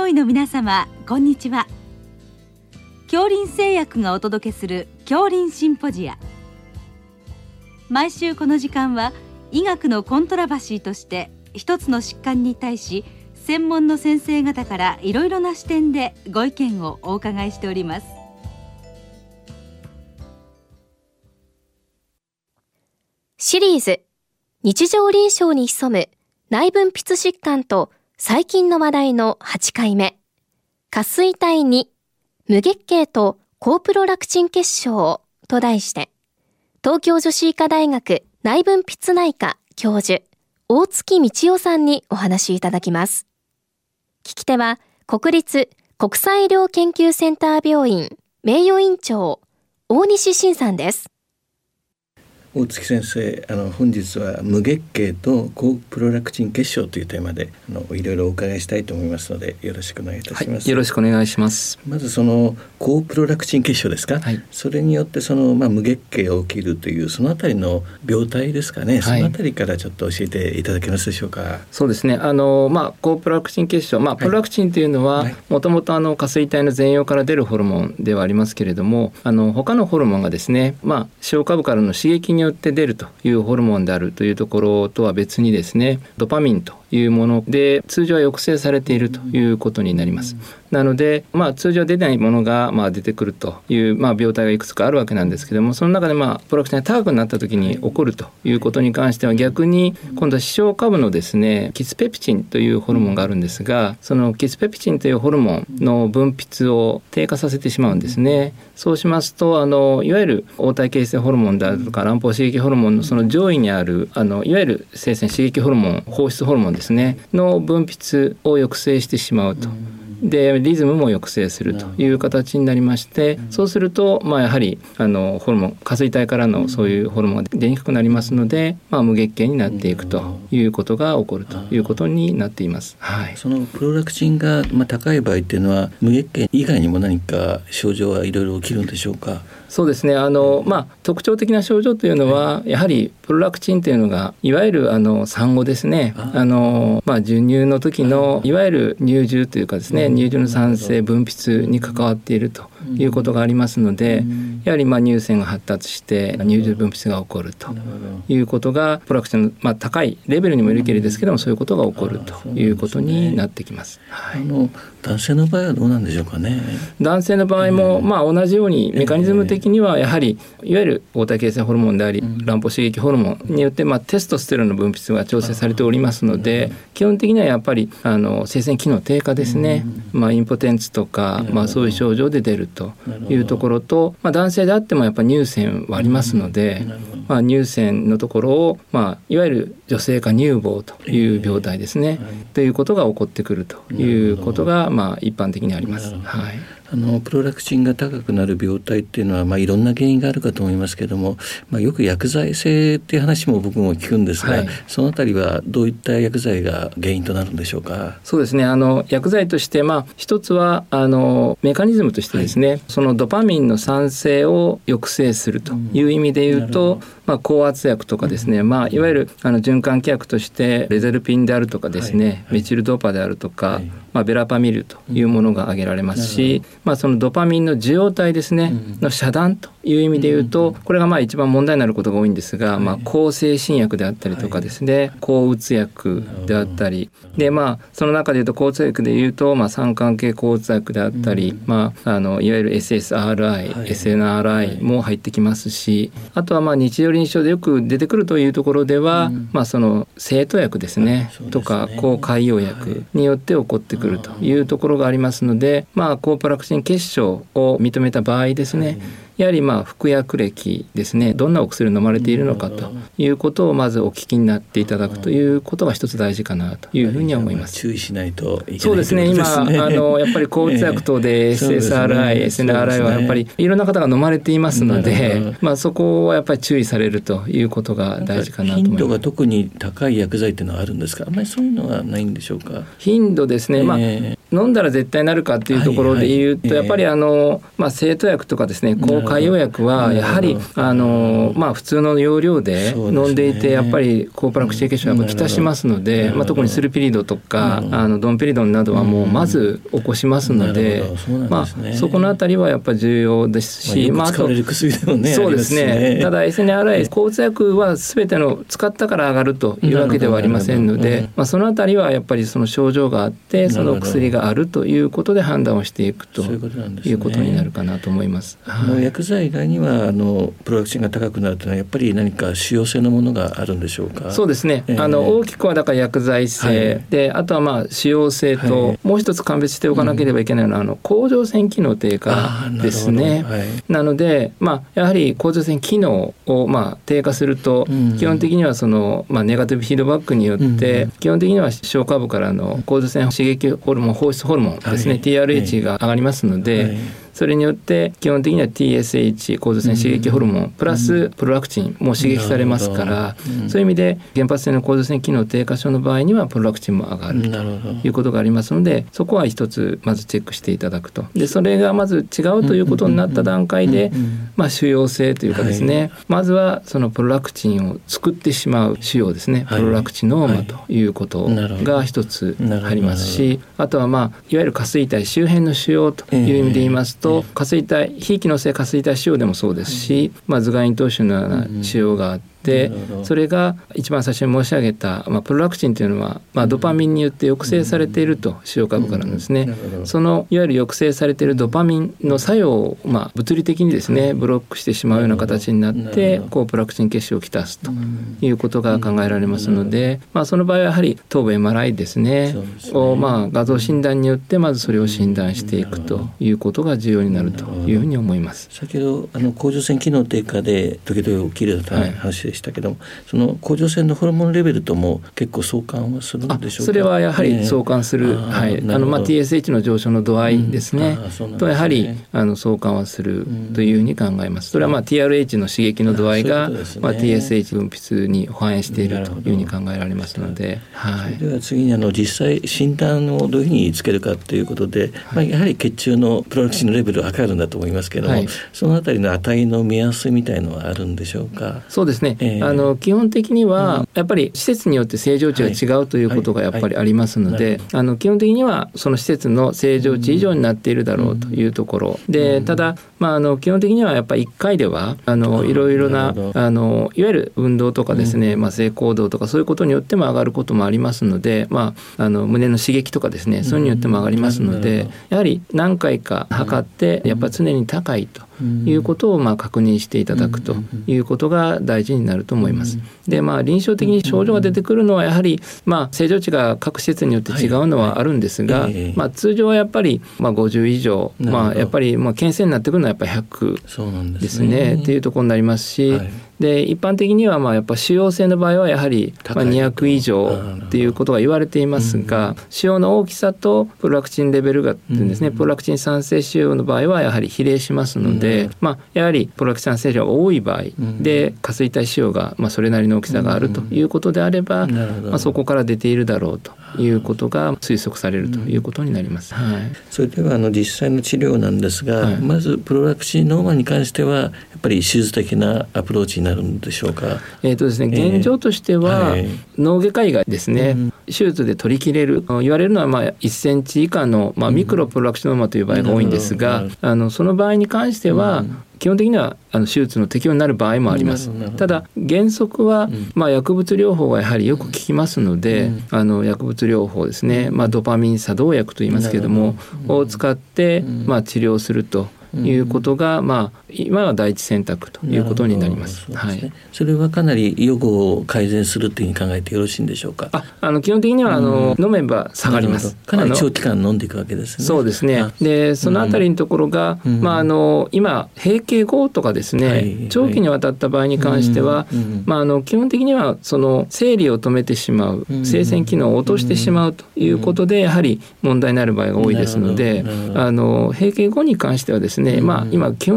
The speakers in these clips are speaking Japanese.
医の皆様、こんにちは。杏林製薬がお届けする杏林シンポジア。毎週この時間は医学のコントラバシーとして一つの疾患に対し専門の先生方からいろいろな視点でご意見をお伺いしております。 シリーズ日常臨床に潜む内分泌疾患と最近の話題の8回目、下垂体2無月経と高プロラクチン結晶と題して、東京女子医科大学内分泌内科教授大月道夫さんにお話しいただきます。聞き手は国立国際医療研究センター病院名誉院長大西晋さんです。 大月先生、本日は無月経と高プロラクチン結晶というテーマでいろいろお伺いしたいと思いますので、よろしくお願いいたします。 はい、よろしくお願いします。 まずその高プロラクチン結晶ですか、はい、それによって無月経が起きるというそのあたりの病態ですかね、そのあたりからちょっと教えていただけますでしょうか。 そうですね、高プロラクチン結晶、プロラクチンというのはもともと下垂体の全葉から出るホルモンではありますけれども、他のホルモンがですね、視床下部からの刺激によって出るというホルモンであるというところとは別にですね、ドパミンというもので通常は抑制されているということになります。なので、通常出ないものが出てくるという、病態がいくつかあるわけなんですけども、その中でプロラクチンが高くなった時に起こるということに関しては、逆に今度は視床下部のですねキスペプチンというホルモンがあるんですが、そのキスペプチンというホルモンの分泌を低下させてしまうんですね。そうしますといわゆる黄体形成ホルモンであるとか卵胞刺激ホルモンのその上位にあるいわゆる性腺刺激ホルモン、放出ホルモンですねの分泌を抑制してしまうと。でリズムも抑制するという形になりまして、そうするとやはりホルモン、下垂体からのそういうホルモンが出にくくなりますので、無月経になっていくということが起こるということになっています。はい、 そのプロラクチンが高い場合っていうのは無月経以外にも何か症状はいろいろ起きるんでしょうか。 そうですね、特徴的な症状というのはやはりプロラクチンというのがいわゆる産後ですね、授乳の時のいわゆる乳汁というかですね、乳汁の産生分泌に関わっているということがありますので、やはり乳腺が発達して乳汁分泌が起こるということがプロラクチンの高いレベルにもよるけれどですけども、そういうことが起こるということになってきます。はい、 男性の場合はどうなんでしょうかね。 男性の場合も同じようにメカニズム的にはやはりいわゆる黄体形成ホルモンであり卵胞刺激ホルモンによってテストステロンの分泌が調整されておりますので、基本的にはやっぱり性腺機能低下ですね、インポテンツとかそういう症状で出るというところと、男性であってもやっぱり乳腺はありますので、乳腺のところをいわゆる女性化乳房という病態ですね、ということが起こってくるということが一般的にあります。はい、 プロラクチンが高くなる病態っていうのはいろんな原因があるかと思いますけれども、よく薬剤性っていう話も僕も聞くんですが、そのあたりはどういった薬剤が原因となるんでしょうか。 そうですね、薬剤として一つはメカニズムとしてですね、そのドパミンの産生を抑制するという意味でいうと、高圧薬とかですね、いわゆる循環器薬としてレゼルピンであるとかですね、メチルドーパであるとか、ベラパミルというものが挙げられますし、そのドパミンの受容体ですね、の遮断という意味でいうと、これが一番問題になることが多いんですが、抗精神薬であったりとかですね、抗うつ薬であったりで、その中でいうと抗うつ薬でいうと、三環系抗うつ薬であったり、いわゆる SSRI、SNRI も入ってきますし、あとは日常臨床でよく出てくるというところでは、その生徒薬ですねとか抗潰瘍薬によって起こってくるというところがありますので、高プロラクチン結晶を認めた場合ですね、やはり服薬歴ですね、どんなお薬を飲まれているのかということをまずお聞きになっていただくということが一つ大事かなというふうには思います。 注意しないといけないということですね。 そうですね、今やっぱり抗うつ薬等で SSRI、SNRI はやっぱりいろんな方が飲まれていますので、そこはやっぱり注意されるということが大事かなと思います。 頻度が特に高い薬剤っていうのはあるんですか。あんまりそういうのはないんでしょうか。 頻度ですね、 飲んだら絶対なるかっていうところで言うと、やっぱり生徒薬とかですね、抗潰瘍薬はやはり普通の用量で飲んでいて、やっぱり抗プラクシン血症はきたしますので、特にスルピリドとかドンペリドンなどはもうまず起こしますので、そこのあたりはやっぱり重要ですし、 よく使われる薬でもね、 そうですね。ただ SNRI 抗うつ薬は全ての使ったから上がるというわけではありませんので、そのあたりはやっぱりその症状があってその薬があるということで判断をしていくということになるかなと思います。 薬剤以外にはプロラクチンが高くなるというのはやっぱり何か腫瘍性のものがあるんでしょうか。 そうですね、大きくはだから薬剤性、であとは腫瘍性と、もう一つ鑑別しておかなければいけないのは甲状腺機能低下ですね。なので、やはり甲状腺機能を低下すると、基本的にはその、ネガティブフィードバックによって、基本的には視床下部からの甲状腺刺激ホルモン放出ホルモンですね、TRH が上がりますので、それによって基本的には TSH 甲状腺刺激ホルモンプラスプロラクチンも刺激されますから、そういう意味で原発性の甲状腺機能低下症の場合にはプロラクチンも上がるということがありますので、そこは一つまずチェックしていただくと。でそれがまず違うということになった段階で、腫瘍性というかですね、まずはそのプロラクチンを作ってしまう腫瘍ですね、プロラクチノーマということが一つありますし、あとはいわゆる下垂体周辺の腫瘍という意味で言いますと、下垂体非機能性下垂体腫瘍でもそうですし、頭蓋咽頭腫のような腫瘍があって、それが一番最初に申し上げた、プロラクチンというのは、ドパミンによって抑制されていると、視床下部からのですね、そのいわゆる抑制されているドパミンの作用を、物理的にですねブロックしてしまうような形になって抗プラクチン血症をきたすということが考えられますので、その場合はやはり頭部 MRI ですねを、画像診断によってまずそれを診断していくということが重要になるというふうに思います。 先ほど甲状腺機能低下で時々起きるという話でしたけども、その甲状腺のホルモンレベルとも結構相関はするんでしょうか。 それはやはり相関する、TSH の上昇の度合いですね、とやはり相関はするというふうに考えます。それはTRH の刺激の度合いが、TSH 分泌に反映しているというふうに考えられますので、 それでは次に実際診断をどういうふうにつけるかということで、やはり血中のプロラクチンのレベルは測るんだと思いますけれども、そのあたりの値の目安みたいのはあるんでしょうか。 そうですね、基本的にはやっぱり施設によって正常値が違うということがやっぱりありますので、基本的にはその施設の正常値以上になっているだろうというところで、ただ基本的にはやっぱり1回ではいろいろないわゆる運動とかですね、性行動とかそういうことによっても上がることもありますので、胸の刺激とかですね、そういうのによっても上がりますので、やはり何回か測ってやっぱり常に高いということを確認していただくということが大事になると思います。で臨床的に症状が出てくるのはやはり正常値が各施設によって違うのはあるんですが、通常はやっぱり50以上、やっぱり検査になってくるのはやっぱり100ですねっていうところになりますし、で一般的にはやっぱ腫瘍性の場合はやはり200以上っていうことが言われていますが、腫瘍の大きさとプロラクチンレベルがですね、プロラクチン産生腫瘍の場合はやはり比例しますので、やはりプロラクチン産生腫瘍が多い場合で下垂体腫瘍がそれなりの大きさがあるということであれば、そこから出ているだろうということが推測されるということになります。 それでは実際の治療なんですが、まずプロラクチンノーマに関してはやっぱり手術的なアプローチになるんでしょうか。 ですね、現状としては、脳外科医がですね、手術で取り切れる言われるのは1センチ以下の、ミクロプロラクチンノーマという場合が多いんですが、その場合に関しては、基本的には手術の適用になる場合もあります。ただ原則は、薬物療法がやはりよく効きますので、薬物療法ですね、ドパミン作動薬と言いますけれどもを使って、治療するということが、今は第一選択ということになります。 それはかなり予後を改善するというふうに考えてよろしいんでしょうか。 基本的には飲めば下がります。 かなり長期間飲んでいくわけですね。 そうですね。でそのあたりのところが、今閉経後とかですね、長期にわたった場合に関しては、基本的にはその生理を止めてしまう、生鮮機能を落としてしまうということでやはり問題になる場合が多いですので、閉経後に関してはですね、今基本的なエビデ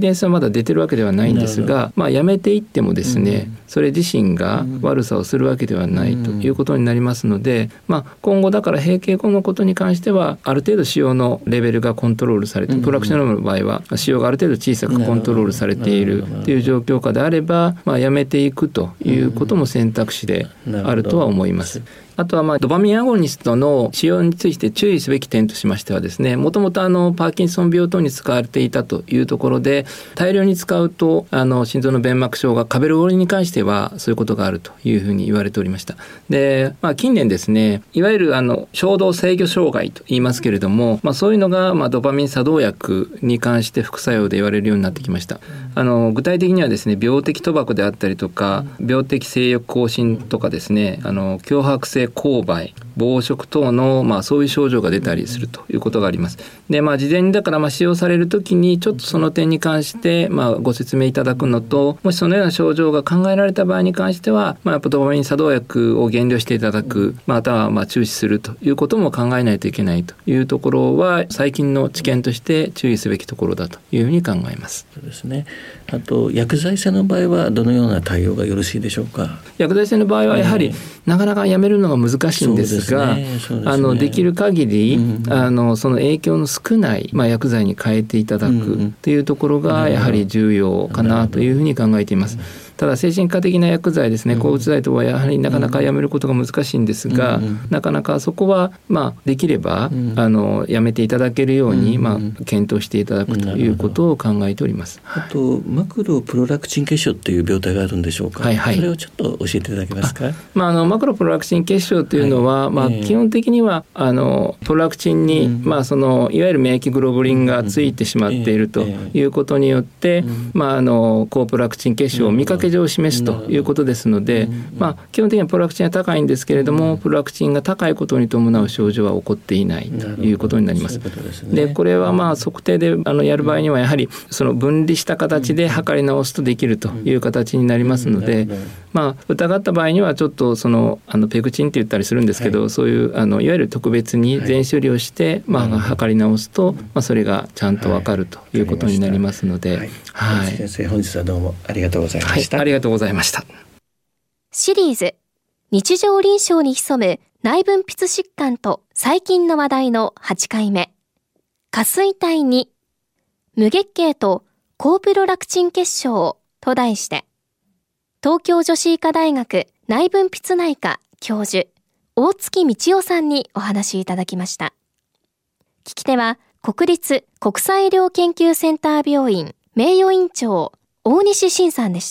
デンスはまだ出てるわけではないんですが、やめていってもですね、それ自身が悪さをするわけではないということになりますので、今後だから閉経後のことに関してはある程度使用のレベルがコントロールされて、プロラクシノームの場合は使用がある程度小さくコントロールされているという状況下であれば、やめていくということも選択肢であるとは思います。あとはドパミンアゴニストの使用について注意すべき点としましてはですね、もともとパーキンソン病等に使われていたというところで、大量に使うと心臓の弁膜症がカベルオリに関してはそういうことがあるというふうに言われておりました。で、近年ですね、いわゆる衝動制御障害と言いますけれども、そういうのがドパミン作動薬に関して副作用で言われるようになってきました。具体的にはですね、病的賭博であったりとか、病的性欲亢進とかですね、強迫性勾配、暴食等の、そういう症状が出たりするということがあります。で、事前にだから使用されるときにちょっとその点に関して、ご説明いただくのと、もしそのような症状が考えられた場合に関しては、やっぱドパミン作動薬を減量していただく、または注視するということも考えないといけないというところは最近の知見として注意すべきところだというふうに考えます。 そうですね。あと薬剤性の場合はどのような対応がよろしいでしょうか。 薬剤性の場合はやはり、なかなかやめるのが難しいんですが、できる限り、その影響の少ない、薬剤に変えていただくというところがやはり重要かなというふうに考えています。ただ精神科的な薬剤ですね、抗うつ剤とはやはりなかなかやめることが難しいんですが、なかなかそこはできればやめていただけるように検討していただくということを考えております。 あとマクロプロラクチン結晶という病態があるんでしょうか。それをちょっと教えていただけますか。 マクロプロラクチン結晶というのは、基本的にはプロラクチンに、そのいわゆる免疫グロブリンがついてしまっているということによって、高プロラクチン結晶を見かけ上を示すということですので、基本的にはプロラクチンは高いんですけれども、プロラクチンが高いことに伴う症状は起こっていないということになります。で、これは測定でやる場合にはやはりその分離した形で測り直すとできるという形になりますので、疑った場合にはちょっとペグチンって言ったりするんですけど、そういういわゆる特別に全処理をして、測り直すと、それがちゃんと分かるということになりますので、 先生、本日はどうもありがとうございました。 ありがとうございました。 シリーズ日常臨床に潜む内分泌疾患と細菌の話題の8回目、下垂体2無月経と高プロラクチン結晶と題して、東京女子医科大学内分泌内科教授大月道夫さんにお話いただきました。聞き手は国立国際医療研究センター病院名誉院長大西晋さんでした。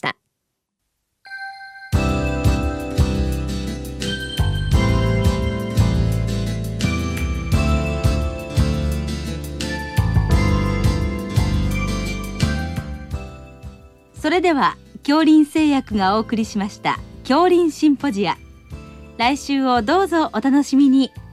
それでは杏林製薬がお送りしました杏林シンポジア、来週をどうぞお楽しみに。